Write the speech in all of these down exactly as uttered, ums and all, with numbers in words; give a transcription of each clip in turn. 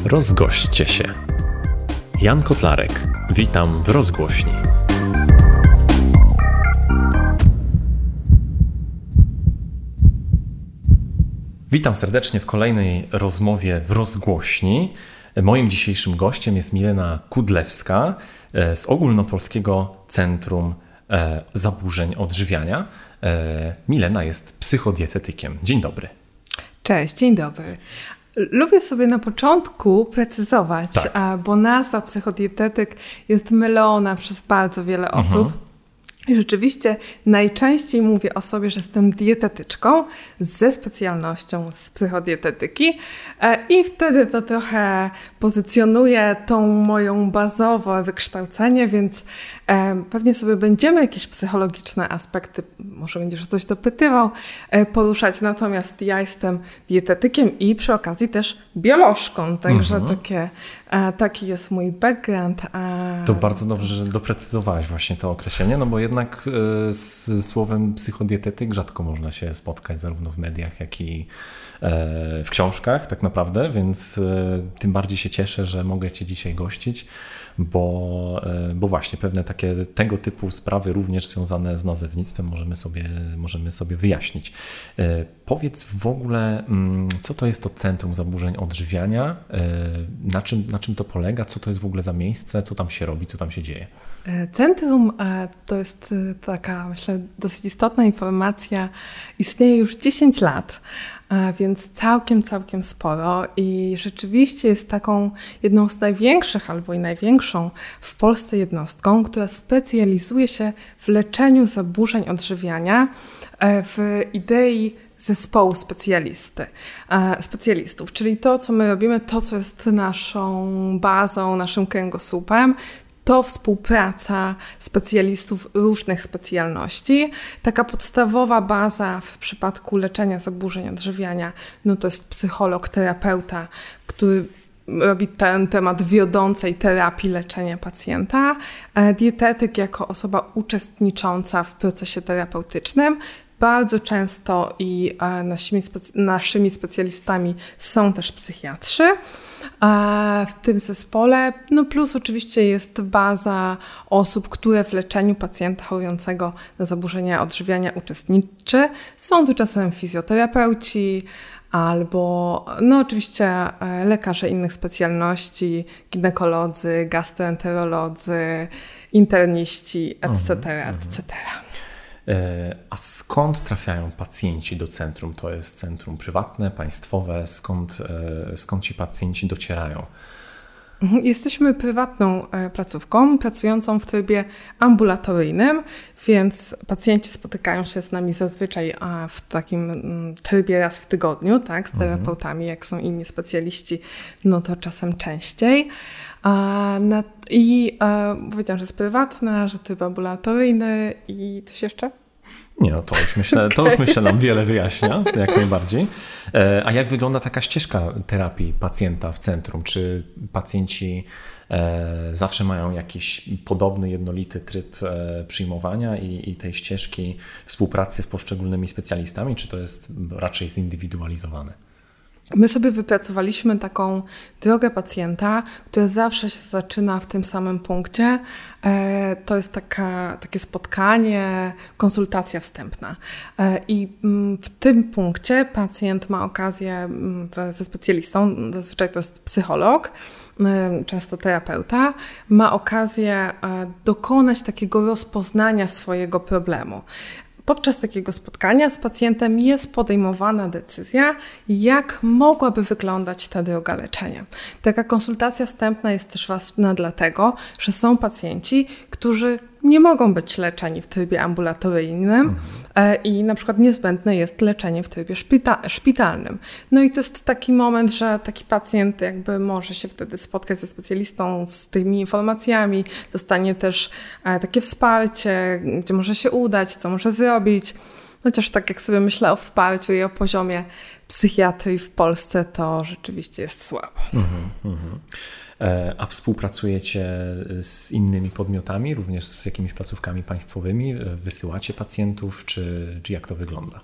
Rozgośćcie się. Jan Kotlarek. Witam w rozgłośni. Witam serdecznie w kolejnej rozmowie w rozgłośni. Moim dzisiejszym gościem jest Milena Kudlewska z Ogólnopolskiego Centrum Zaburzeń Odżywiania. Milena jest psychodietetykiem. Dzień dobry. Cześć, dzień dobry. Lubię sobie na początku precyzować, tak. bo nazwa psychodietetyk jest mylona przez bardzo wiele osób. Mhm. I rzeczywiście najczęściej mówię o sobie, że jestem dietetyczką ze specjalnością z psychodietetyki i wtedy to trochę pozycjonuje tą moją bazowe wykształcenie, więc pewnie sobie będziemy jakieś psychologiczne aspekty, może będziesz o coś dopytywał, poruszać. Natomiast ja jestem dietetykiem i przy okazji też biolożką, także mhm. takie, taki jest mój background. To bardzo dobrze, że doprecyzowałaś właśnie to określenie, no bo jednak z słowem psychodietetyk rzadko można się spotkać zarówno w mediach, jak i w książkach tak naprawdę, więc tym bardziej się cieszę, że mogę Cię dzisiaj gościć, bo, bo właśnie pewne takie tego typu sprawy również związane z nazewnictwem możemy sobie, możemy sobie wyjaśnić. Powiedz w ogóle, co to jest to Centrum Zaburzeń Odżywiania, na czym, na czym to polega, co to jest w ogóle za miejsce, co tam się robi, co tam się dzieje? Centrum to jest taka, myślę, dosyć istotna informacja. Istnieje już dziesięć lat, więc całkiem, całkiem sporo i rzeczywiście jest taką jedną z największych albo i największą w Polsce jednostką, która specjalizuje się w leczeniu zaburzeń odżywiania w idei zespołu specjalisty, specjalistów, czyli to, co my robimy, to, co jest naszą bazą, naszym kręgosłupem, to współpraca specjalistów różnych specjalności. Taka podstawowa baza w przypadku leczenia zaburzeń odżywiania, no to jest psycholog, terapeuta, który robi ten temat wiodącej terapii leczenia pacjenta. Dietetyk jako osoba uczestnicząca w procesie terapeutycznym. Bardzo często i naszymi, specy- naszymi specjalistami są też psychiatrzy w tym zespole. No plus oczywiście jest baza osób, które w leczeniu pacjenta chorującego na zaburzenia odżywiania uczestniczy. Są tu czasem fizjoterapeuci albo no oczywiście lekarze innych specjalności, ginekolodzy, gastroenterolodzy, interniści, et cetera, et cetera. A skąd trafiają pacjenci do centrum? To jest centrum prywatne, państwowe? Skąd, skąd ci pacjenci docierają? Jesteśmy prywatną placówką pracującą w trybie ambulatoryjnym, więc pacjenci spotykają się z nami zazwyczaj w takim trybie raz w tygodniu, tak, z terapeutami, jak są inni specjaliści, no to czasem częściej. A na, I a, powiedziałam, że jest prywatna, że tryb ambulatoryjny i coś jeszcze? Nie, no to już myślę, to już myślę nam wiele wyjaśnia, jak najbardziej. A jak wygląda taka ścieżka terapii pacjenta w centrum? Czy pacjenci zawsze mają jakiś podobny, jednolity tryb przyjmowania i, i tej ścieżki współpracy z poszczególnymi specjalistami, czy to jest raczej zindywidualizowane? My sobie wypracowaliśmy taką drogę pacjenta, która zawsze się zaczyna w tym samym punkcie. To jest taka, takie spotkanie, konsultacja wstępna. I w tym punkcie pacjent ma okazję ze specjalistą, zazwyczaj to jest psycholog, często terapeuta, ma okazję dokonać takiego rozpoznania swojego problemu. Podczas takiego spotkania z pacjentem jest podejmowana decyzja, jak mogłaby wyglądać ta droga leczenia. Taka konsultacja wstępna jest też ważna dlatego, że są pacjenci, którzy nie mogą być leczeni w trybie ambulatoryjnym mhm. i na przykład niezbędne jest leczenie w trybie szpita- szpitalnym. No i to jest taki moment, że taki pacjent jakby może się wtedy spotkać ze specjalistą z tymi informacjami, dostanie też takie wsparcie, gdzie może się udać, co może zrobić. Chociaż tak jak sobie myślę o wsparciu i o poziomie psychiatrii w Polsce to rzeczywiście jest słabo. Mhm, mhm. A współpracujecie z innymi podmiotami, również z jakimiś placówkami państwowymi? Wysyłacie pacjentów, czy, czy jak to wygląda?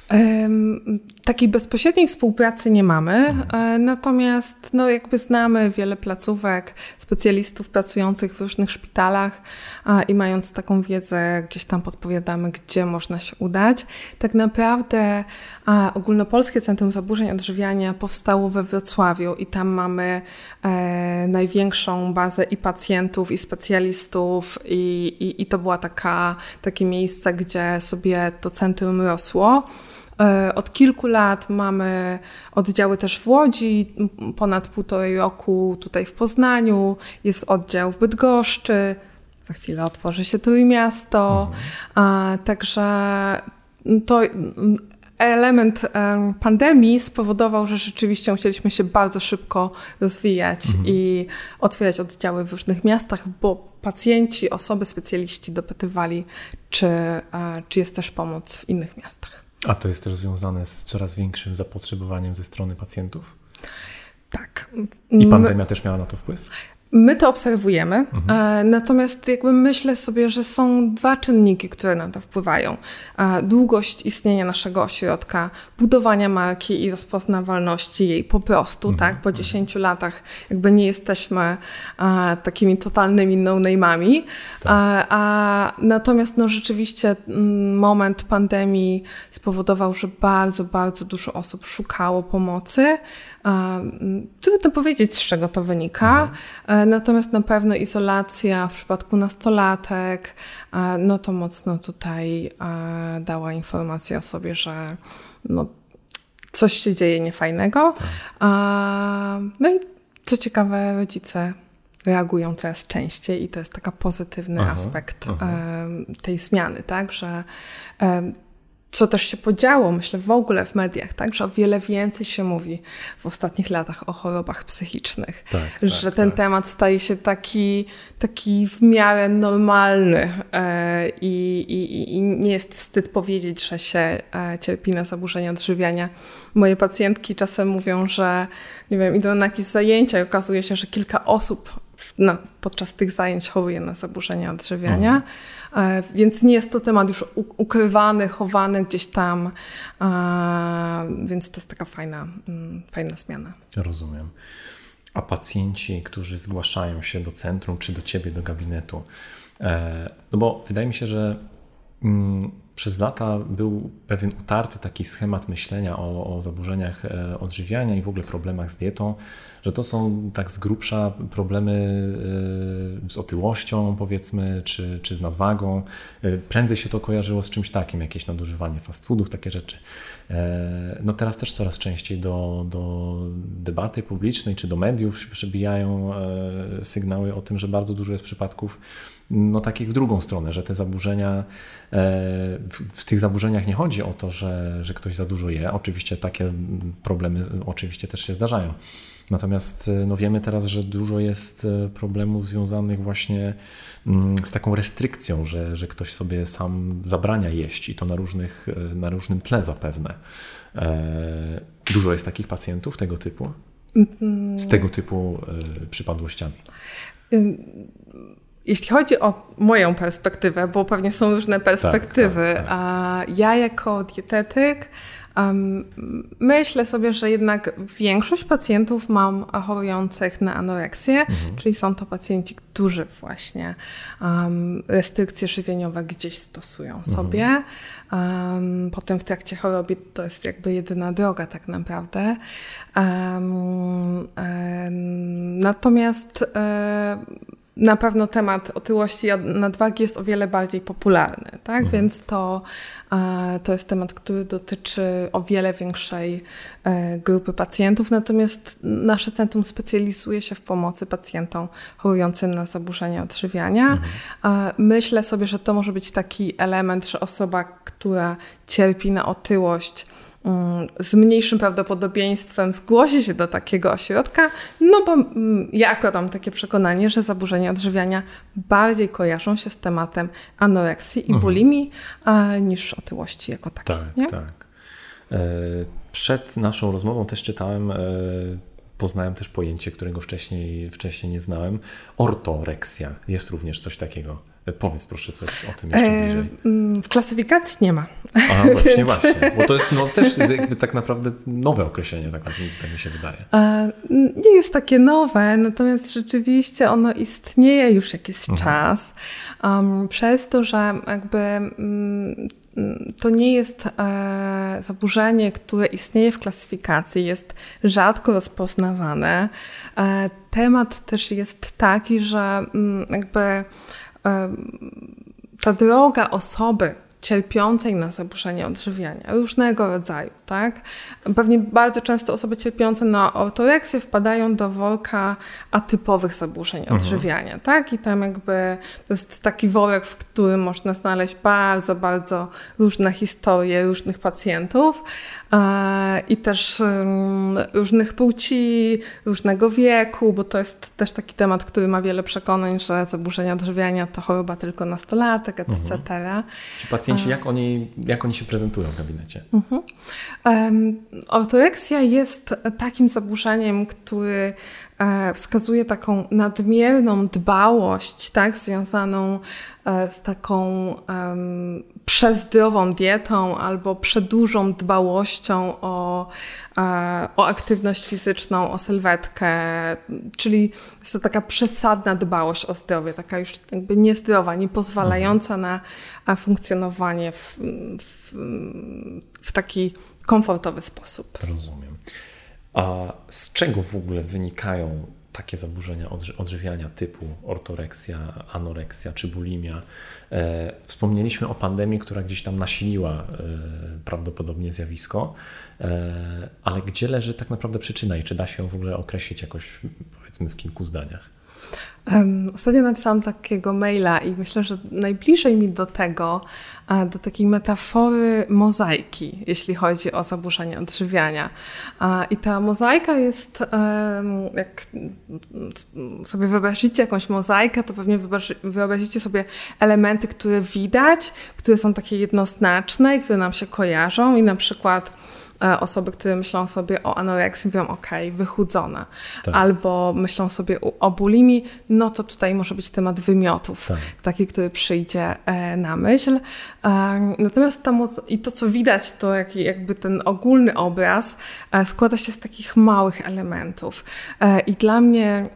Um, takiej bezpośredniej współpracy nie mamy, mhm. natomiast no, jakby znamy wiele placówek, specjalistów pracujących w różnych szpitalach a, i mając taką wiedzę, gdzieś tam podpowiadamy, gdzie można się udać. Tak naprawdę a, Ogólnopolskie Centrum Zaburzeń Odżywiania powstało we Wrocławiu i tam mamy e, największą bazę i pacjentów, i specjalistów i, i, i to była taka, takie miejsce, gdzie sobie to centrum rosło. Od kilku lat mamy oddziały też w Łodzi, ponad półtorej roku tutaj w Poznaniu, jest oddział w Bydgoszczy, za chwilę otworzy się Trójmiasto, mhm. Także to element pandemii spowodował, że rzeczywiście musieliśmy się bardzo szybko rozwijać mhm. i otwierać oddziały w różnych miastach, bo pacjenci, osoby, specjaliści dopytywali, czy, czy jest też pomoc w innych miastach. A to jest też związane z coraz większym zapotrzebowaniem ze strony pacjentów? Tak. I pandemia też miała na to wpływ? My to obserwujemy, mhm. natomiast jakby myślę sobie, że są dwa czynniki, które na to wpływają. Długość istnienia naszego ośrodka, budowania marki i rozpoznawalności jej po prostu, mhm. tak? Po dziesięciu latach jakby nie jesteśmy a, takimi totalnymi no-name'ami, tak. a, a natomiast no rzeczywiście moment pandemii spowodował, że bardzo, bardzo dużo osób szukało pomocy. A, trudno powiedzieć, z czego to wynika. Mhm. Natomiast na pewno izolacja w przypadku nastolatek, no to mocno tutaj dała informację o sobie, że no, coś się dzieje niefajnego. Tak. No i co ciekawe, rodzice reagują coraz częściej i to jest taki pozytywny aha, aspekt aha. tej zmiany, tak, że co też się podziało, myślę, w ogóle w mediach, tak, że o wiele więcej się mówi w ostatnich latach o chorobach psychicznych, tak, że tak, ten tak. temat staje się taki, taki w miarę normalny e, i, i, i nie jest wstyd powiedzieć, że się e, cierpi na zaburzenia odżywiania. Moje pacjentki czasem mówią, że nie wiem, idą na jakieś zajęcia i okazuje się, że kilka osób Na, podczas tych zajęć choruje na zaburzenia odżywiania, mhm. e, więc nie jest to temat już u, ukrywany, chowany gdzieś tam, e, więc to jest taka fajna, mm, fajna zmiana. Rozumiem. A pacjenci, którzy zgłaszają się do centrum czy do ciebie, do gabinetu, e, no bo wydaje mi się, że mm, przez lata był pewien utarty taki schemat myślenia o, o zaburzeniach odżywiania i w ogóle problemach z dietą, że to są tak z grubsza problemy z otyłością, powiedzmy, czy, czy z nadwagą. Prędzej się to kojarzyło z czymś takim, jakieś nadużywanie fast foodów, takie rzeczy. No teraz też coraz częściej do, do debaty publicznej czy do mediów przebijają sygnały o tym, że bardzo dużo jest przypadków no takich w drugą stronę, że te zaburzenia, w, w tych zaburzeniach nie chodzi o to, że, że ktoś za dużo je. Oczywiście takie problemy oczywiście też się zdarzają. Natomiast no wiemy teraz, że dużo jest problemów związanych właśnie z taką restrykcją, że, że ktoś sobie sam zabrania jeść i to na, różnych, na różnym tle zapewne. Dużo jest takich pacjentów tego typu? Z tego typu przypadłościami? Jeśli chodzi o moją perspektywę, bo pewnie są różne perspektywy, tak, tak, tak. a ja jako dietetyk um, myślę sobie, że jednak większość pacjentów mam chorujących na anoreksję, mhm. czyli są to pacjenci, którzy właśnie um, restrykcje żywieniowe gdzieś stosują mhm. sobie. Um, potem w trakcie choroby to jest jakby jedyna droga tak naprawdę. Um, um, natomiast um, na pewno temat otyłości i nadwagi jest o wiele bardziej popularny, tak? Mhm. Więc to, to jest temat, który dotyczy o wiele większej grupy pacjentów. Natomiast nasze centrum specjalizuje się w pomocy pacjentom chorującym na zaburzenia odżywiania. Mhm. Myślę sobie, że to może być taki element, że osoba, która cierpi na otyłość, z mniejszym prawdopodobieństwem zgłosi się do takiego ośrodka, no bo ja akurat mam takie przekonanie, że zaburzenia odżywiania bardziej kojarzą się z tematem anoreksji i bulimii mhm. niż otyłości jako takiej. Tak, nie? tak. Przed naszą rozmową też czytałem, poznałem też pojęcie, którego wcześniej, wcześniej nie znałem. Ortoreksja. Jest również coś takiego. Powiedz proszę coś o tym jeszcze bliżej. W klasyfikacji nie ma. A właśnie, Więc... właśnie. Bo to jest no, też jakby tak naprawdę nowe określenie, tak, tak mi się wydaje. Nie jest takie nowe, natomiast rzeczywiście ono istnieje już jakiś mhm. czas. Um, przez to, że jakby um, to nie jest e, zaburzenie, które istnieje w klasyfikacji, jest rzadko rozpoznawane. E, temat też jest taki, że um, jakby e, ta droga osoby cierpiącej na zaburzenia odżywiania różnego rodzaju, tak? Pewnie bardzo często osoby cierpiące na ortoreksję wpadają do worka atypowych zaburzeń mhm. odżywiania, tak? I tam jakby to jest taki worek, w którym można znaleźć bardzo, bardzo różne historie różnych pacjentów e, i też um, różnych płci, różnego wieku, bo to jest też taki temat, który ma wiele przekonań, że zaburzenia odżywiania to choroba tylko nastolatek, et cetera. Mhm. Ci pacjenci, jak oni, jak oni się prezentują w gabinecie? Mhm. Um, ortoreksja jest takim zaburzeniem, który e, wskazuje taką nadmierną dbałość, tak, związaną e, z taką um, przezdrową dietą albo przedłużą dbałością o, e, o aktywność fizyczną, o sylwetkę, czyli jest to taka przesadna dbałość o zdrowie, taka już jakby niezdrowa, nie pozwalająca mhm. na funkcjonowanie w, w, w taki komfortowy sposób. Rozumiem. A z czego w ogóle wynikają takie zaburzenia odżywiania typu ortoreksja, anoreksja czy bulimia? E, wspomnieliśmy o pandemii, która gdzieś tam nasiliła e, prawdopodobnie zjawisko, e, ale gdzie leży tak naprawdę przyczyna i czy da się ją w ogóle określić jakoś, powiedzmy, w kilku zdaniach? Um, ostatnio napisałam takiego maila i myślę, że najbliżej mi do tego, do takiej metafory mozaiki, jeśli chodzi o zaburzenia odżywiania. I ta mozaika jest, jak sobie wyobrazicie jakąś mozaikę, to pewnie wyobrazicie sobie elementy, które widać, które są takie jednoznaczne i które nam się kojarzą i na przykład osoby, które myślą sobie o anoreksji, mówią ok, wychudzona. Tak. Albo myślą sobie o bulimii, no to tutaj może być temat wymiotów, tak. taki, który przyjdzie na myśl. Natomiast ta moc- i to, co widać, to jakby ten ogólny obraz składa się z takich małych elementów. I dla mnie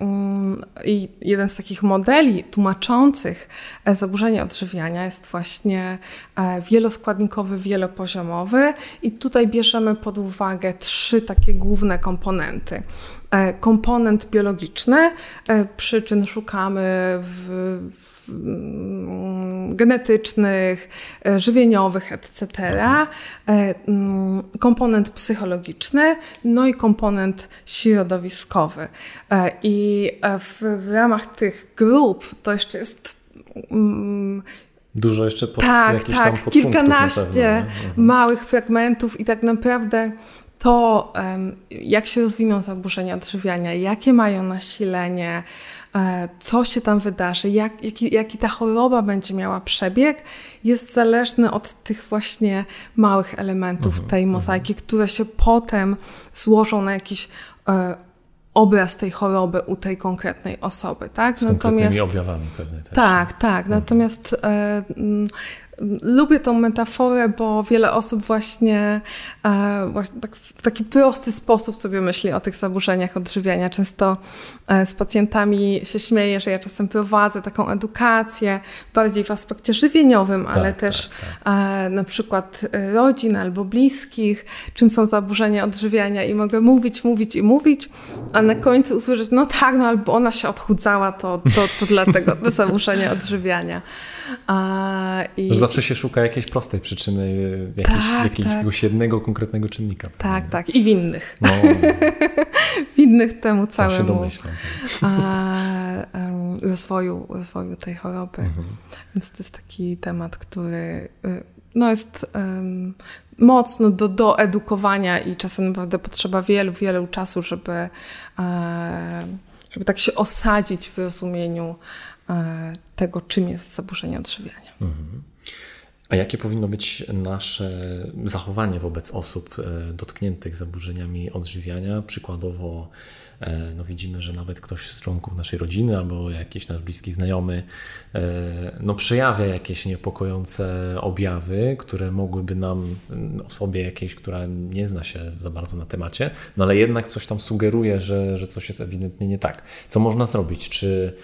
i jeden z takich modeli tłumaczących zaburzenia odżywiania jest właśnie wieloskładnikowy, wielopoziomowy i tutaj bierzemy pod uwagę trzy takie główne komponenty. Komponent biologiczny, przyczyn szukamy w, w genetycznych, żywieniowych, et cetera. Komponent psychologiczny, no i komponent środowiskowy. I w, w ramach tych grup to jeszcze jest dużo jeszcze pod, tak, jakichś tak, tam podpunktów kilkanaście małych fragmentów i tak naprawdę to, jak się rozwiną zaburzenia odżywiania, jakie mają nasilenie, co się tam wydarzy, jak, jaki, jaki ta choroba będzie miała przebieg, jest zależne od tych właśnie małych elementów mhm, tej mozaiki, mhm. które się potem złożą na jakiś obraz tej choroby u tej konkretnej osoby, tak? Z konkretnymi objawami pewnie też. Tak, tak. Mhm. Natomiast e, m, lubię tą metaforę, bo wiele osób właśnie, e, właśnie tak w taki prosty sposób sobie myśli o tych zaburzeniach odżywiania. Często e, z pacjentami się śmieję, że ja czasem prowadzę taką edukację bardziej w aspekcie żywieniowym, tak, ale też tak, tak. E, na przykład rodzin albo bliskich, czym są zaburzenia odżywiania i mogę mówić, mówić i mówić, a na końcu usłyszeć, no tak, no albo ona się odchudzała, to, to, to dlatego te zaburzenia odżywiania. A, i... Zawsze się szuka jakiejś prostej przyczyny, jakiejś, tak, jakiegoś tak. jednego konkretnego czynnika. Tak, tak. I winnych. No. winnych temu całemu się domyślam, tak. a, um, rozwoju, rozwoju tej choroby. Mhm. Więc to jest taki temat, który no, jest um, mocno do, do edukowania i czasem naprawdę potrzeba wielu, wielu czasu, żeby, e, żeby tak się osadzić w rozumieniu tego, czym jest zaburzenie odżywiania. Mhm. A jakie powinno być nasze zachowanie wobec osób dotkniętych zaburzeniami odżywiania? Przykładowo no widzimy, że nawet ktoś z członków naszej rodziny albo jakiś nasz bliski znajomy no przejawia jakieś niepokojące objawy, które mogłyby nam, osobie jakiejś, która nie zna się za bardzo na temacie, no ale jednak coś tam sugeruje, że, że coś jest ewidentnie nie tak. Co można zrobić? Czy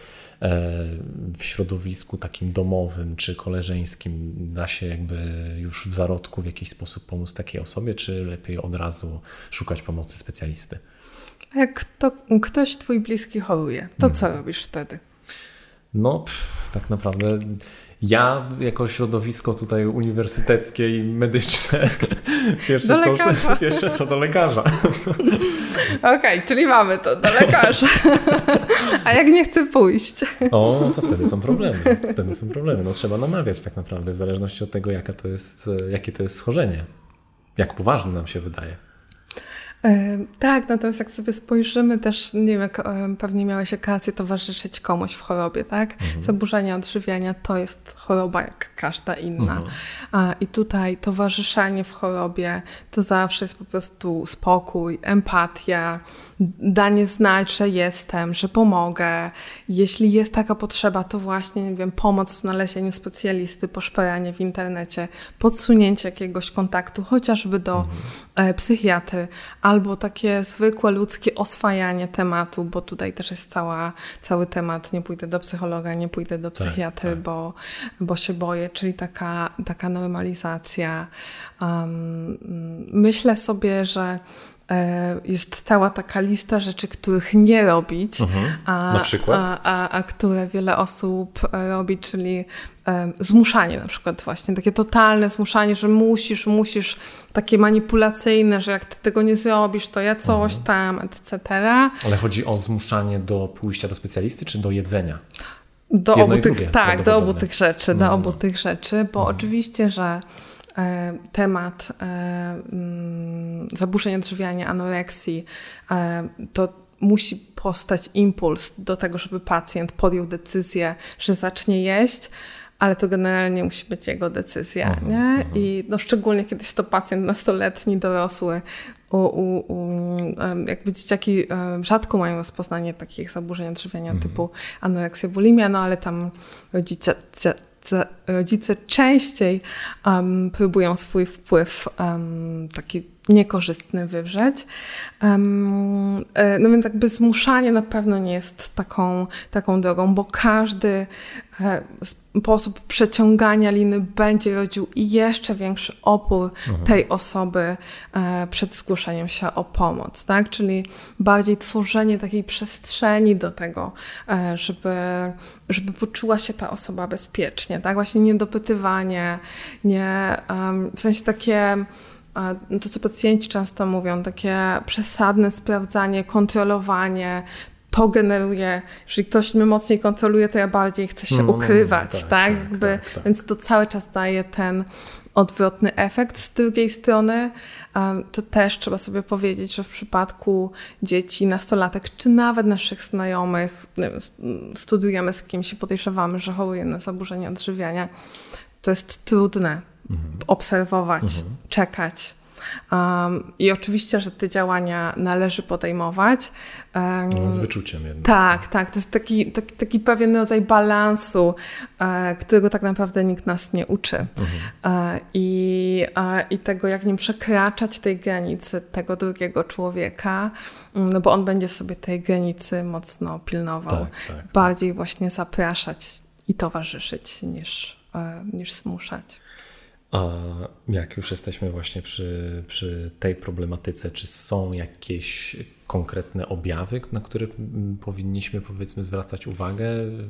w środowisku takim domowym czy koleżeńskim da się jakby już w zarodku w jakiś sposób pomóc takiej osobie, czy lepiej od razu szukać pomocy specjalisty? A jak to, ktoś twój bliski choruje, to co hmm. robisz wtedy? No pff, tak naprawdę ja jako środowisko tutaj uniwersyteckie i medyczne pierwsze, do co, pierwsze co do lekarza. Okej, okay, czyli mamy to, do lekarza. A jak nie chce pójść? O, no to wtedy są problemy. Wtedy są problemy. No trzeba namawiać tak naprawdę w zależności od tego, jaka to jest, jakie to jest schorzenie. Jak poważne nam się wydaje. Tak, natomiast jak sobie spojrzymy też, nie wiem, jak pewnie miałeś okazję towarzyszyć komuś w chorobie, tak? Mhm. Zaburzenia odżywiania to jest choroba jak każda inna. Mhm. A, i tutaj towarzyszenie w chorobie to zawsze jest po prostu spokój, empatia, danie znać, że jestem, że pomogę. Jeśli jest taka potrzeba, to właśnie, nie wiem, pomoc w znalezieniu specjalisty, poszperanie w internecie, podsunięcie jakiegoś kontaktu, chociażby do mhm. psychiatry, albo takie zwykłe ludzkie oswajanie tematu, bo tutaj też jest cała, cały temat, nie pójdę do psychologa, nie pójdę do psychiatry, tak, tak. Bo, bo się boję, czyli taka, taka normalizacja. Um, myślę sobie, że jest cała taka lista rzeczy, których nie robić, mhm. a, na przykład? A, a, a które wiele osób robi, czyli um, zmuszanie na przykład właśnie, takie totalne zmuszanie, że musisz, musisz, takie manipulacyjne, że jak ty tego nie zrobisz, to ja coś mhm. tam, et cetera. Ale chodzi o zmuszanie do pójścia do specjalisty, czy do jedzenia? Do Jedno obu tych, tak, do obu tych rzeczy, no, do obu no. tych rzeczy, bo mhm. oczywiście, że temat zaburzeń odżywiania, anoreksji, to musi powstać impuls do tego, żeby pacjent podjął decyzję, że zacznie jeść, ale to generalnie musi być jego decyzja. Uh-huh, nie? Uh-huh. I no, szczególnie kiedy jest to pacjent nastoletni, dorosły, u, u, u, jakby dzieciaki rzadko mają rozpoznanie takich zaburzeń odżywiania uh-huh. typu anoreksja, bulimia, no ale tam rodzice rodzice częściej um, próbują swój wpływ um, taki niekorzystny wywrzeć. Um, no więc jakby zmuszanie na pewno nie jest taką, taką drogą, bo każdy e, sposób przeciągania liny będzie rodził jeszcze większy opór mhm. tej osoby e, przed zgłoszeniem się o pomoc, tak? Czyli bardziej tworzenie takiej przestrzeni do tego, e, żeby, żeby poczuła się ta osoba bezpiecznie, tak? Właśnie niedopytywanie, nie, um, w sensie takie to, co pacjenci często mówią, takie przesadne sprawdzanie, kontrolowanie, to generuje, jeżeli ktoś mnie mocniej kontroluje, to ja bardziej chcę się no, ukrywać, no, no, tak? tak, Jakby, tak, tak? Więc to cały czas daje ten odwrotny efekt. Z drugiej strony to też trzeba sobie powiedzieć, że w przypadku dzieci, nastolatek, czy nawet naszych znajomych, studujemy z kimś i podejrzewamy, że choruje na zaburzenia odżywiania, to jest trudne. Mhm. obserwować, mhm. czekać. Um, I oczywiście, że te działania należy podejmować. Um, no, z wyczuciem jednak. Tak, tak. To jest taki, taki, taki pewien rodzaj balansu, e, którego tak naprawdę nikt nas nie uczy. Mhm. E, i, e, I tego, jak nie przekraczać tej granicy tego drugiego człowieka, no bo on będzie sobie tej granicy mocno pilnował. Tak, tak, Bardziej tak. właśnie zapraszać i towarzyszyć niż, e, niż zmuszać. A jak już jesteśmy właśnie przy, przy tej problematyce, czy są jakieś konkretne objawy, na które powinniśmy, powiedzmy, zwracać uwagę,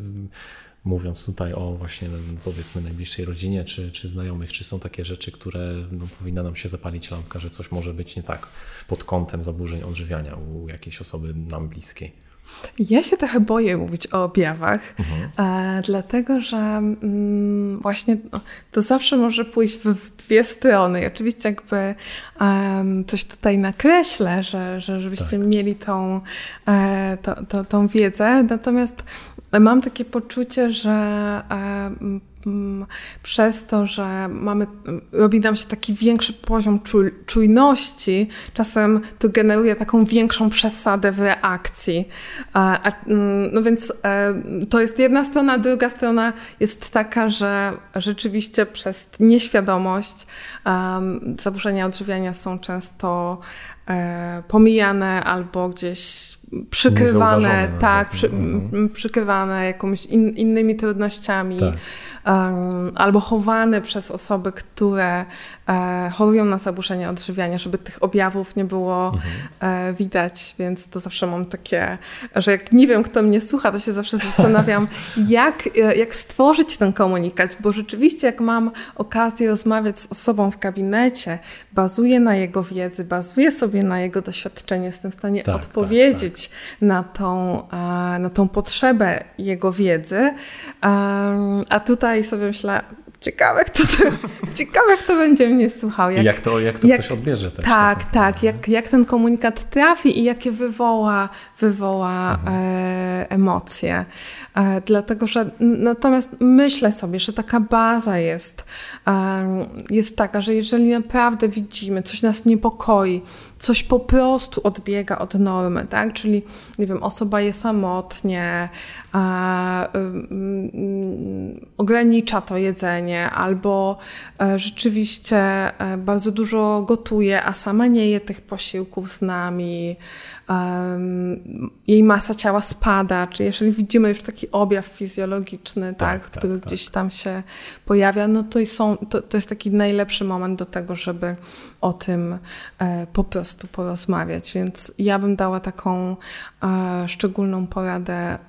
mówiąc tutaj o właśnie, powiedzmy, najbliższej rodzinie czy, czy znajomych, czy są takie rzeczy, które no, powinna nam się zapalić lampka, że coś może być nie tak pod kątem zaburzeń odżywiania u jakiejś osoby nam bliskiej? Ja się trochę boję mówić o objawach, mhm. e, dlatego że mm, właśnie no, to zawsze może pójść w, w dwie strony. I oczywiście jakby um, coś tutaj nakreślę, że, że żebyście tak. mieli tą, e, to, to, tą wiedzę, natomiast mam takie poczucie, że e, przez to, że mamy, robi nam się taki większy poziom czuj, czujności, czasem to generuje taką większą przesadę w reakcji. A, a, no więc to jest jedna strona, druga strona jest taka, że rzeczywiście przez nieświadomość um, zaburzenia odżywiania są często e, pomijane albo gdzieś przykrywane, tak, przy, mhm. przykrywane jakimiś in, innymi trudnościami, tak. um, albo chowane przez osoby, które e, chorują na zaburzenia odżywiania, żeby tych objawów nie było mhm. e, widać, więc to zawsze mam takie, że jak nie wiem, kto mnie słucha, to się zawsze zastanawiam, jak, jak stworzyć ten komunikat, bo rzeczywiście jak mam okazję rozmawiać z osobą w gabinecie, bazuję na jego wiedzy, bazuję sobie na jego doświadczeniu, jestem w stanie tak, odpowiedzieć tak, tak. Na, tą, na tą potrzebę jego wiedzy, a tutaj sobie myślę, ciekawe, kto to, ciekawe, kto będzie mnie słuchał. Jak, jak to, jak to jak, ktoś odbierze też. Tak, tak, tak jak, jak ten komunikat trafi i jakie wywoła, wywoła mhm. e, emocje. E, dlatego, że natomiast myślę sobie, że taka baza jest, e, jest taka, że jeżeli naprawdę widzimy, coś nas niepokoi, coś po prostu odbiega od normy, tak? Czyli, nie wiem, osoba je samotnie, e, y, y, ogranicza to jedzenie, albo e, rzeczywiście e, bardzo dużo gotuje, a sama nie je tych posiłków z nami, e, jej masa ciała spada, czy jeżeli widzimy już taki objaw fizjologiczny, tak, tak, który tak, gdzieś tak. tam się pojawia, no to, są, to, to jest taki najlepszy moment do tego, żeby o tym e, po prostu porozmawiać, więc ja bym dała taką e, szczególną poradę e,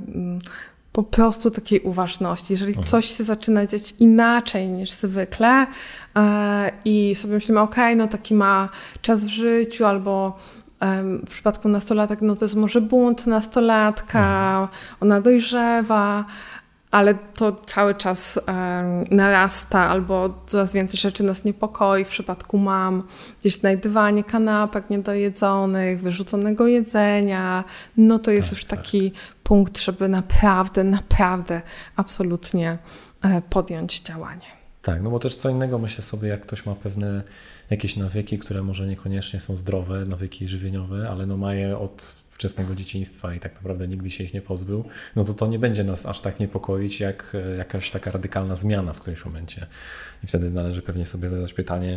po prostu takiej uważności. Jeżeli mhm. coś się zaczyna dziać inaczej niż zwykle e, i sobie myślimy, okej, no taki ma czas w życiu, albo e, w przypadku nastolatek, no to jest może bunt nastolatka, mhm. ona dojrzewa, ale to cały czas um, narasta, albo coraz więcej rzeczy nas niepokoi. W przypadku mam gdzieś znajdywanie kanapek niedojedzonych, wyrzuconego jedzenia, no to jest tak, już taki tak. punkt, żeby naprawdę, naprawdę absolutnie e, podjąć działanie. Tak, no bo też co innego myślę sobie, jak ktoś ma pewne jakieś nawyki, które może niekoniecznie są zdrowe, nawyki żywieniowe, ale no ma je od wczesnego dzieciństwa i tak naprawdę nigdy się ich nie pozbył, no to to nie będzie nas aż tak niepokoić, jak jakaś taka radykalna zmiana w którymś momencie. I wtedy należy pewnie sobie zadać pytanie,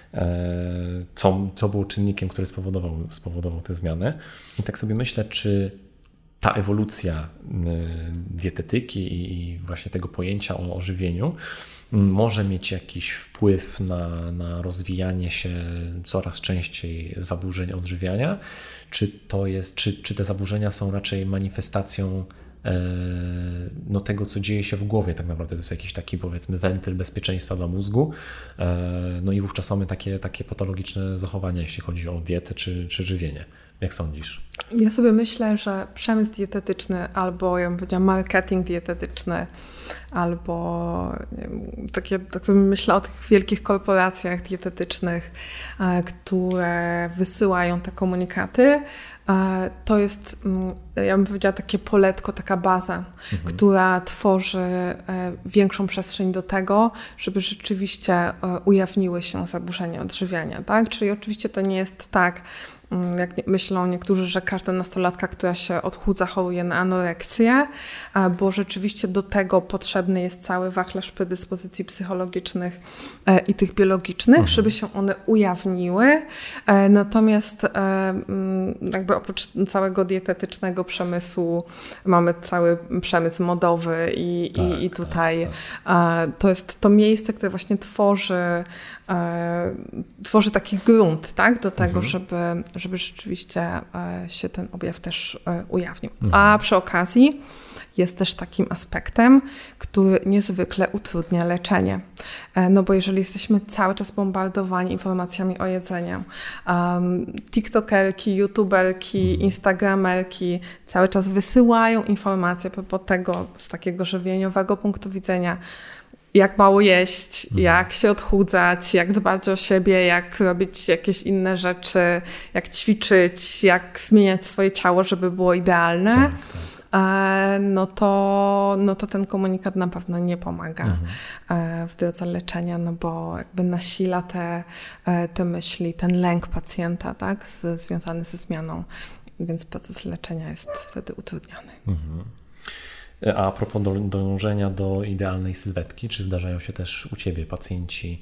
co, co było czynnikiem, który spowodował, spowodował tę zmianę. I tak sobie myślę, czy ta ewolucja dietetyki i właśnie tego pojęcia o żywieniu może mieć jakiś wpływ na, na rozwijanie się coraz częściej zaburzeń odżywiania, czy to jest, czy, czy te zaburzenia są raczej manifestacją e, no, tego, co dzieje się w głowie tak naprawdę. To jest jakiś taki, powiedzmy, wentyl bezpieczeństwa dla mózgu, e, no i wówczas mamy takie, takie patologiczne zachowania, jeśli chodzi o dietę czy, czy żywienie. Jak sądzisz? Ja sobie myślę, że przemysł dietetyczny albo, ja bym powiedziała, marketing dietetyczny, albo nie wiem, takie, tak sobie myślę o tych wielkich korporacjach dietetycznych, e, które wysyłają te komunikaty. E, to jest, ja bym powiedziała, takie poletko, taka baza, mhm. która tworzy e, większą przestrzeń do tego, żeby rzeczywiście e, ujawniły się zaburzenia odżywiania, tak? Czyli oczywiście to nie jest tak, jak myślą niektórzy, że każda nastolatka, która się odchudza, choruje na anoreksję, bo rzeczywiście do tego potrzebny jest cały wachlarz predyspozycji psychologicznych i tych biologicznych, mhm. żeby się one ujawniły. Natomiast jakby oprócz całego dietetycznego przemysłu mamy cały przemysł modowy i, tak, i, i tutaj tak, tak. to jest to miejsce, które właśnie tworzy tworzy taki grunt, tak, do tego, mhm. żeby, żeby rzeczywiście się ten objaw też ujawnił. Mhm. A przy okazji jest też takim aspektem, który niezwykle utrudnia leczenie. No bo jeżeli jesteśmy cały czas bombardowani informacjami o jedzeniu, um, tiktokerki, youtuberki, instagramerki cały czas wysyłają informacje po tego z takiego żywieniowego punktu widzenia, jak mało jeść, mhm. jak się odchudzać, jak dbać o siebie, jak robić jakieś inne rzeczy, jak ćwiczyć, jak zmieniać swoje ciało, żeby było idealne. Tak, tak. no to, no to ten komunikat na pewno nie pomaga mhm. w drodze leczenia, no bo jakby nasila te, te myśli, ten lęk pacjenta, tak, z, związany ze zmianą, więc proces leczenia jest wtedy utrudniony. Mhm. A propos dążenia do idealnej sylwetki, czy zdarzają się też u Ciebie pacjenci,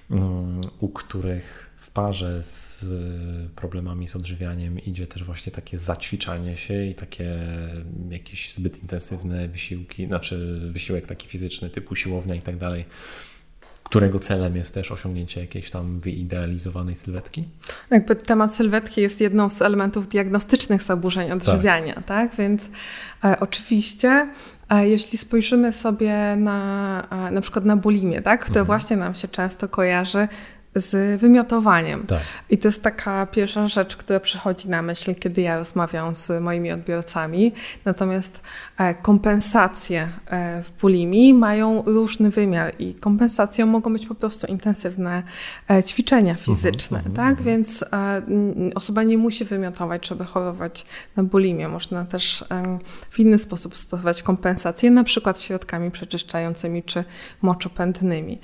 u których w parze z problemami z odżywianiem idzie też właśnie takie zaćwiczanie się i takie jakieś zbyt intensywne wysiłki, znaczy wysiłek taki fizyczny typu siłownia i tak dalej, którego celem jest też osiągnięcie jakiejś tam wyidealizowanej sylwetki? Jakby temat sylwetki jest jedną z elementów diagnostycznych zaburzeń odżywiania, tak? tak? Więc e, oczywiście, e, jeśli spojrzymy sobie na e, na przykład na bulimię, tak? To mhm. właśnie nam się często kojarzy z wymiotowaniem. Tak. I to jest taka pierwsza rzecz, która przychodzi na myśl, kiedy ja rozmawiam z moimi odbiorcami. Natomiast kompensacje w bulimii mają różny wymiar i kompensacją mogą być po prostu intensywne ćwiczenia fizyczne. Uh-huh, tak? Uh-huh. Więc osoba nie musi wymiotować, żeby chorować na bulimię. Można też w inny sposób stosować kompensacje, na przykład środkami przeczyszczającymi czy moczopędnymi.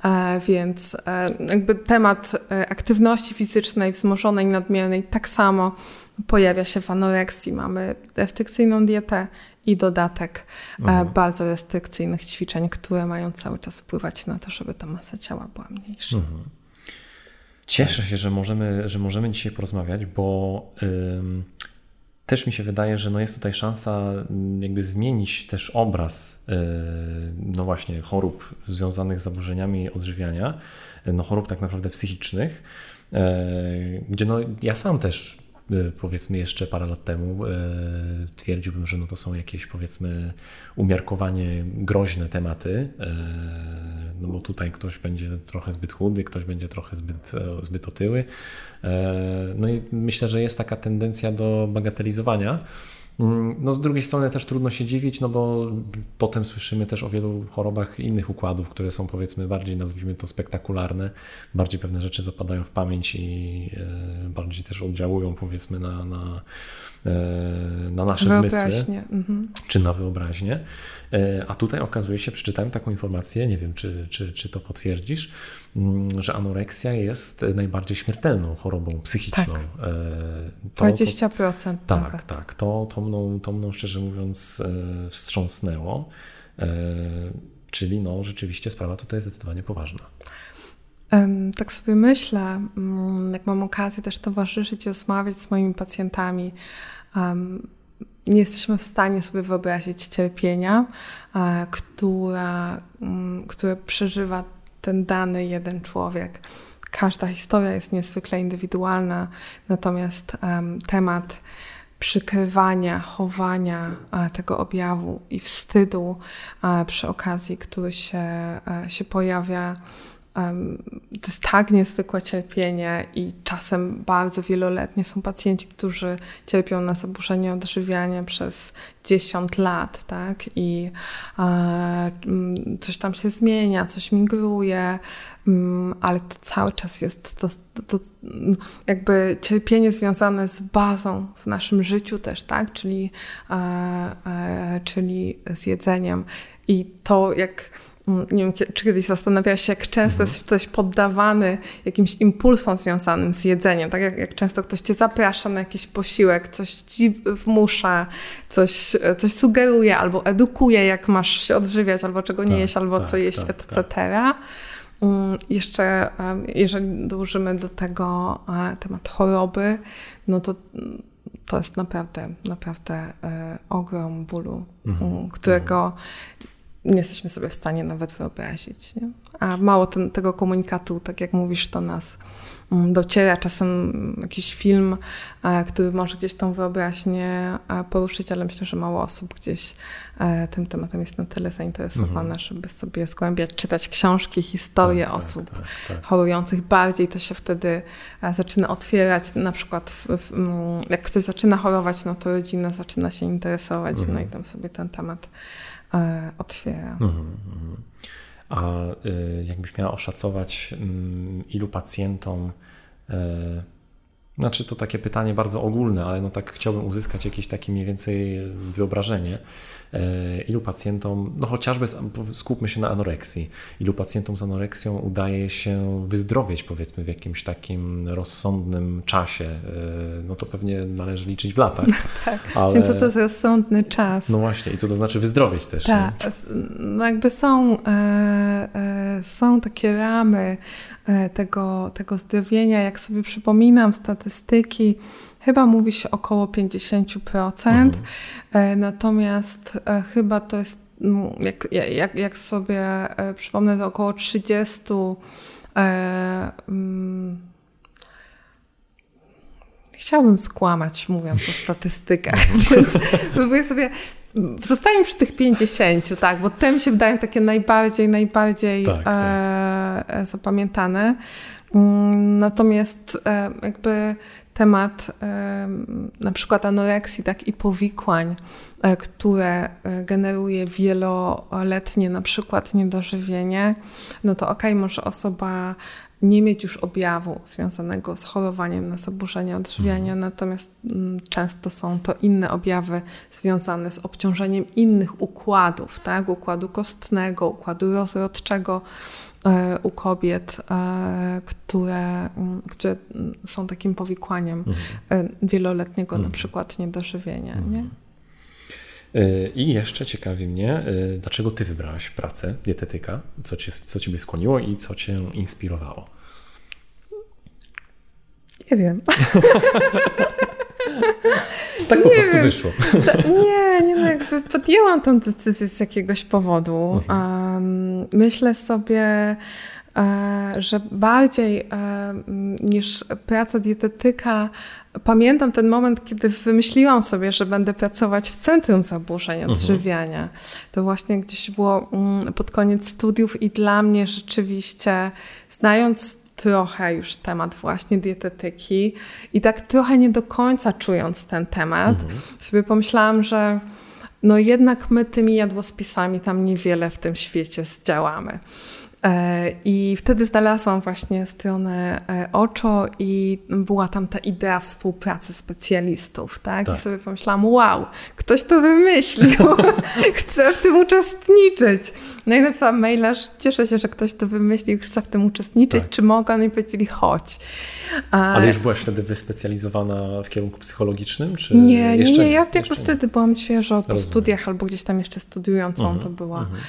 Więc jakby temat aktywności fizycznej, wzmożonej, nadmiernej tak samo pojawia się w anoreksji. Mamy restrykcyjną dietę i dodatek mhm. bardzo restrykcyjnych ćwiczeń, które mają cały czas wpływać na to, żeby ta masa ciała była mniejsza. Mhm. Cieszę się, że możemy, że możemy dzisiaj porozmawiać, bo ym, też mi się wydaje, że no jest tutaj szansa jakby zmienić też obraz yy, no właśnie chorób związanych z zaburzeniami odżywiania, no chorób tak naprawdę psychicznych, yy, gdzie no ja sam też yy, powiedzmy jeszcze parę lat temu yy, twierdziłbym, że no to są jakieś powiedzmy umiarkowanie groźne tematy, yy, no bo tutaj ktoś będzie trochę zbyt chudy, ktoś będzie trochę zbyt, zbyt otyły. No i myślę, że jest taka tendencja do bagatelizowania. No z drugiej strony też trudno się dziwić, no bo potem słyszymy też o wielu chorobach innych układów, które są powiedzmy bardziej, nazwijmy to, spektakularne, bardziej pewne rzeczy zapadają w pamięć i bardziej też oddziałują powiedzmy na, na, na nasze zmysły, mhm. czy na wyobraźnię. A tutaj okazuje się, przeczytałem taką informację, nie wiem czy, czy, czy to potwierdzisz, że anoreksja jest najbardziej śmiertelną chorobą psychiczną. Tak. To, dwadzieścia procent. To, tak, tak. To, to, mną, to mną szczerze mówiąc wstrząsnęło. Czyli no rzeczywiście sprawa tutaj jest zdecydowanie poważna. Tak sobie myślę, jak mam okazję też towarzyszyć i rozmawiać z moimi pacjentami, nie jesteśmy w stanie sobie wyobrazić cierpienia, która, które przeżywa ten dany jeden człowiek. Każda historia jest niezwykle indywidualna, natomiast temat przykrywania, chowania tego objawu i wstydu przy okazji, który się, się pojawia, to jest tak niezwykłe cierpienie i czasem bardzo wieloletnie. Są pacjenci, którzy cierpią na zaburzenia odżywiania przez dziesiąt lat, tak? I e, coś tam się zmienia, coś migruje, ale to cały czas jest to, to, to jakby cierpienie związane z bazą w naszym życiu też, tak? Czyli, e, e, czyli z jedzeniem. I to jak nie wiem, czy kiedyś zastanawiałaś się, jak często jest ktoś poddawany jakimś impulsom związanym z jedzeniem, tak jak, jak często ktoś cię zaprasza na jakiś posiłek, coś ci wmusza, coś, coś sugeruje albo edukuje, jak masz się odżywiać, albo czego nie tak, jeść, albo tak, co jeść, tak, et cetera. Tak. Jeszcze, jeżeli dołożymy do tego temat choroby, no to to jest naprawdę, naprawdę ogrom bólu, mhm. którego nie jesteśmy sobie w stanie nawet wyobrazić. Nie? A mało ten, tego komunikatu, tak jak mówisz, to nas dociera. Czasem jakiś film, który może gdzieś tą wyobraźnię poruszyć, ale myślę, że mało osób gdzieś tym tematem jest na tyle zainteresowane, mhm. żeby sobie zgłębiać, czytać książki, historie tak, osób tak, tak, tak. chorujących. Bardziej to się wtedy zaczyna otwierać. Na przykład w, w, jak ktoś zaczyna chorować, no to rodzina zaczyna się interesować, mhm. no i tam sobie ten temat otwiera. Mhm. A jakbyś miała oszacować, ilu pacjentom Znaczy to takie pytanie bardzo ogólne, ale no tak chciałbym uzyskać jakieś takie mniej więcej wyobrażenie, ilu pacjentom, no chociażby skupmy się na anoreksji, ilu pacjentom z anoreksją udaje się wyzdrowieć powiedzmy w jakimś takim rozsądnym czasie, no to pewnie należy liczyć w latach. Tak, ale... więc co to jest rozsądny czas? No właśnie i co to znaczy wyzdrowieć też. Tak, no jakby są, e, e, są takie ramy e, tego, tego zdrowienia, jak sobie przypominam statystyki, chyba mówi się około pięćdziesiąt procent, mhm. Natomiast chyba to jest, jak, jak, jak sobie przypomnę, to około trzydzieści e, um, chciałabym skłamać, mówiąc o statystykach, więc próbuję sobie, zostańmy przy tych pięćdziesięciu, tak, bo te mi się wydają takie najbardziej, najbardziej tak, tak. E, zapamiętane. Natomiast e, jakby temat e, na przykład anoreksji, tak, i powikłań, e, które generuje wieloletnie na przykład niedożywienie, no to okej, okay, może osoba nie mieć już objawu związanego z chorowaniem na zaburzenia odżywiania, mm. natomiast m, często są to inne objawy związane z obciążeniem innych układów, tak? Układu kostnego, układu rozrodczego e, u kobiet, e, które, m, które są takim powikłaniem mm. e, wieloletniego mm. na przykład niedożywienia. Mm. Nie? I jeszcze ciekawi mnie, dlaczego ty wybrałaś pracę dietetyka? Co cię, co ciebie skłoniło i co cię inspirowało? Nie wiem. Tak po nie prostu wiem. Wyszło. Nie, nie, no jakby podjęłam tę decyzję z jakiegoś powodu. Mhm. Um, myślę sobie, że bardziej niż praca dietetyka pamiętam ten moment, kiedy wymyśliłam sobie, że będę pracować w Centrum Zaburzeń Odżywiania. Mhm. To właśnie gdzieś było pod koniec studiów i dla mnie rzeczywiście, znając trochę już temat właśnie dietetyki i tak trochę nie do końca czując ten temat, mhm. sobie pomyślałam, że no jednak my tymi jadłospisami tam niewiele w tym świecie zdziałamy. I wtedy znalazłam właśnie stronę Oczo i była tam ta idea współpracy specjalistów, tak? tak. I sobie pomyślałam, wow, ktoś to wymyślił, chcę w tym uczestniczyć. No i napisałam maila, że cieszę się, że ktoś to wymyślił, chcę w tym uczestniczyć, tak. czy mogę? No i powiedzieli, chodź. Ale już byłaś wtedy wyspecjalizowana w kierunku psychologicznym? Czy nie, jeszcze nie, nie, ja nie? jakby wtedy nie. byłam świeżo po Rozumiem. studiach albo gdzieś tam jeszcze studiującą mhm. to była. Mhm.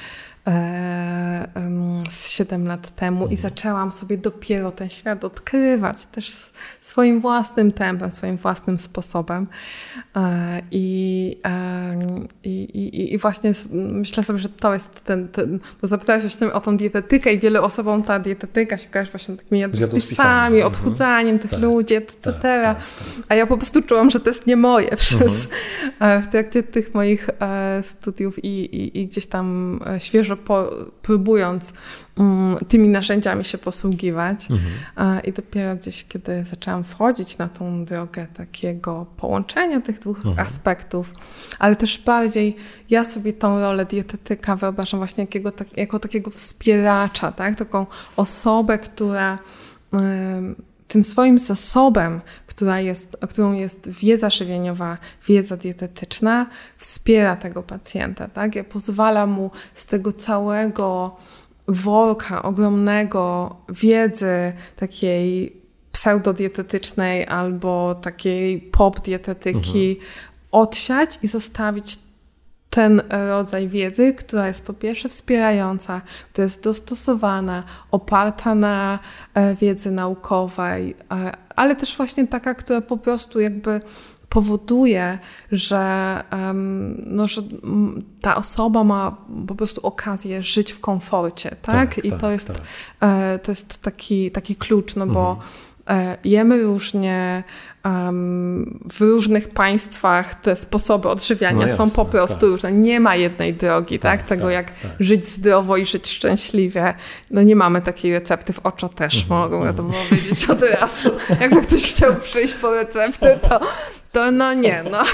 z siedem lat temu mhm. i zaczęłam sobie dopiero ten świat odkrywać też swoim własnym tempem, swoim własnym sposobem i, i, i, i właśnie myślę sobie, że to jest ten, ten bo zapytałeś o, o tą dietetykę i wielu osobom ta dietetyka się kojarzy właśnie takimi jadłospisami, odchudzaniem tych tak, ludzi, et cetera. Tak, tak, tak. A ja po prostu czułam, że to jest nie moje przez, mhm. w trakcie tych moich studiów i, i, i gdzieś tam świeżo Po, próbując um, tymi narzędziami się posługiwać. Mhm. I dopiero gdzieś, kiedy zaczęłam wchodzić na tą drogę takiego połączenia tych dwóch mhm. aspektów, ale też bardziej ja sobie tą rolę dietetyka wyobrażam właśnie jakiego, tak, jako takiego wspieracza, tak? Taką osobę, która um, tym swoim zasobem, która jest, którą jest wiedza żywieniowa, wiedza dietetyczna, wspiera tego pacjenta, tak? Ja pozwala mu z tego całego worka ogromnego wiedzy takiej pseudodietetycznej albo takiej pop-dietetyki mhm. odsiać i zostawić ten rodzaj wiedzy, która jest po pierwsze wspierająca, która jest dostosowana, oparta na wiedzy naukowej, ale też właśnie taka, która po prostu jakby powoduje, że, no, że ta osoba ma po prostu okazję żyć w komforcie, tak? tak I tak, to jest, tak. to jest taki, taki klucz, no bo mhm. jemy różnie, um, w różnych państwach te sposoby odżywiania no jasne, są po prostu tak. różne. Nie ma jednej drogi, tak? tak? Tego tak, jak tak. żyć zdrowo i żyć szczęśliwie. No nie mamy takiej recepty, w Oczo też mm-hmm, mogę mm. to powiedzieć od razu. Jakby ktoś chciał przyjść po receptę, to, to no nie, no.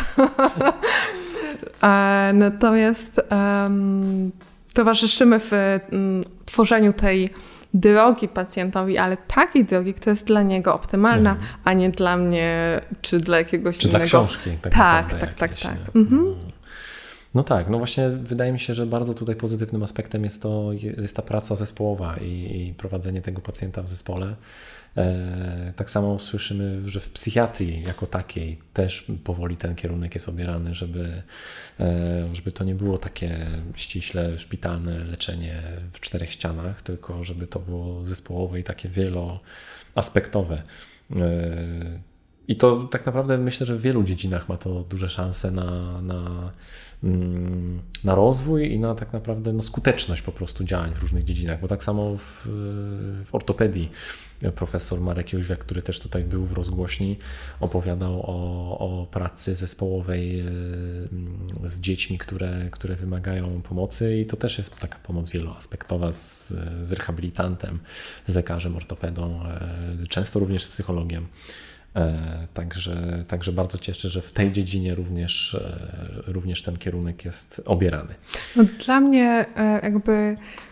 e, natomiast um, towarzyszymy w um, tworzeniu tej drogi pacjentowi, ale takiej drogi, która jest dla niego optymalna, mhm. a nie dla mnie, czy dla jakiegoś czy innego. Czy dla książki. Tak, tak, tak, tak, jakieś, tak. Mhm. No tak, no właśnie wydaje mi się, że bardzo tutaj pozytywnym aspektem jest to, jest ta praca zespołowa i, i prowadzenie tego pacjenta w zespole. E, tak samo słyszymy, że w psychiatrii jako takiej też powoli ten kierunek jest obierany, żeby, e, żeby to nie było takie ściśle szpitalne leczenie w czterech ścianach, tylko żeby to było zespołowe i takie wieloaspektowe. E, I to tak naprawdę myślę, że w wielu dziedzinach ma to duże szanse na, na, na rozwój i na tak naprawdę no, skuteczność po prostu działań w różnych dziedzinach, bo tak samo w, w ortopedii profesor Marek Jóźwiak, który też tutaj był w rozgłośni, opowiadał o, o pracy zespołowej z dziećmi, które, które wymagają pomocy i to też jest taka pomoc wieloaspektowa z, z rehabilitantem, z lekarzem, ortopedą, często również z psychologiem. Także, także bardzo cieszę, że w tej dziedzinie również, również ten kierunek jest obierany. No, dla mnie jakby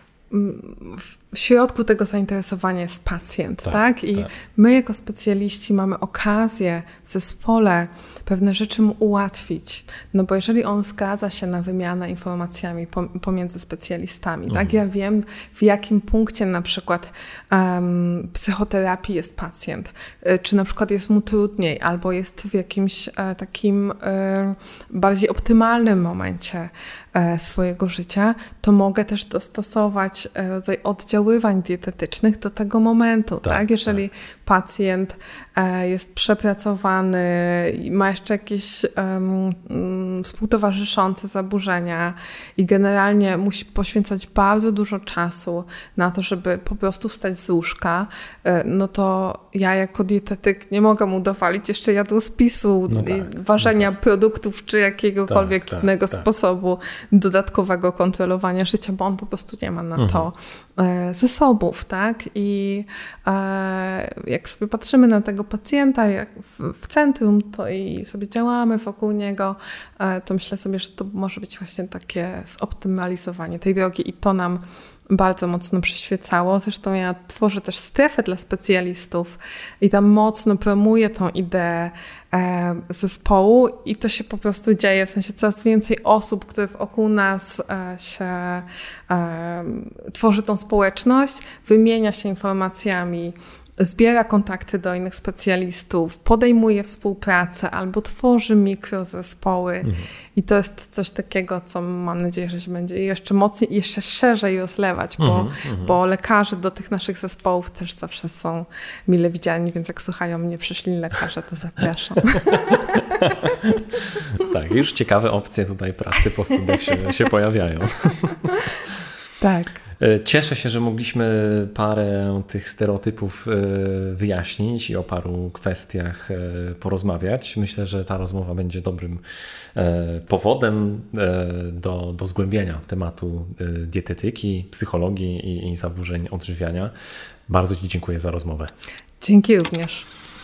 w środku tego zainteresowania jest pacjent, tak? tak? I tak. my jako specjaliści mamy okazję w zespole pewne rzeczy mu ułatwić, no bo jeżeli on zgadza się na wymianę informacjami pomiędzy specjalistami, mhm. tak? Ja wiem, w jakim punkcie na przykład um, psychoterapii jest pacjent, czy na przykład jest mu trudniej, albo jest w jakimś e, takim e, bardziej optymalnym momencie e, swojego życia, to mogę też dostosować e, rodzaj oddziaływania dietetycznych do tego momentu, tak? tak? Jeżeli tak. pacjent e, jest przepracowany i ma jeszcze jakieś um, współtowarzyszące zaburzenia i generalnie musi poświęcać bardzo dużo czasu na to, żeby po prostu wstać z łóżka, e, no to ja jako dietetyk nie mogę mu dowalić jeszcze jadłospisu, no tak, ważenia no tak. produktów czy jakiegokolwiek tak, innego tak, sposobu tak. dodatkowego kontrolowania życia, bo on po prostu nie ma na mhm. to e, zasobów, tak? I e, jak sobie patrzymy na tego pacjenta jak w, w centrum to i sobie działamy wokół niego, e, to myślę sobie, że to może być właśnie takie zoptymalizowanie tej drogi i to nam bardzo mocno przyświecało. Zresztą ja tworzę też strefę dla specjalistów i tam mocno promuję tą ideę e, zespołu i to się po prostu dzieje, w sensie coraz więcej osób, które wokół nas e, się e, tworzy tą społeczność, wymienia się informacjami, zbiera kontakty do innych specjalistów, podejmuje współpracę albo tworzy mikrozespoły mhm. i to jest coś takiego, co mam nadzieję, że się będzie jeszcze mocniej i jeszcze szerzej rozlewać, bo, mhm. bo lekarze do tych naszych zespołów też zawsze są mile widziani, więc jak słuchają mnie przyszli lekarze, to zapraszam. Tak, już ciekawe opcje tutaj pracy po studiach się, się pojawiają. Tak. Cieszę się, że mogliśmy parę tych stereotypów wyjaśnić i o paru kwestiach porozmawiać. Myślę, że ta rozmowa będzie dobrym powodem do, do zgłębienia tematu dietetyki, psychologii i, i zaburzeń odżywiania. Bardzo Ci dziękuję za rozmowę. Dzięki również.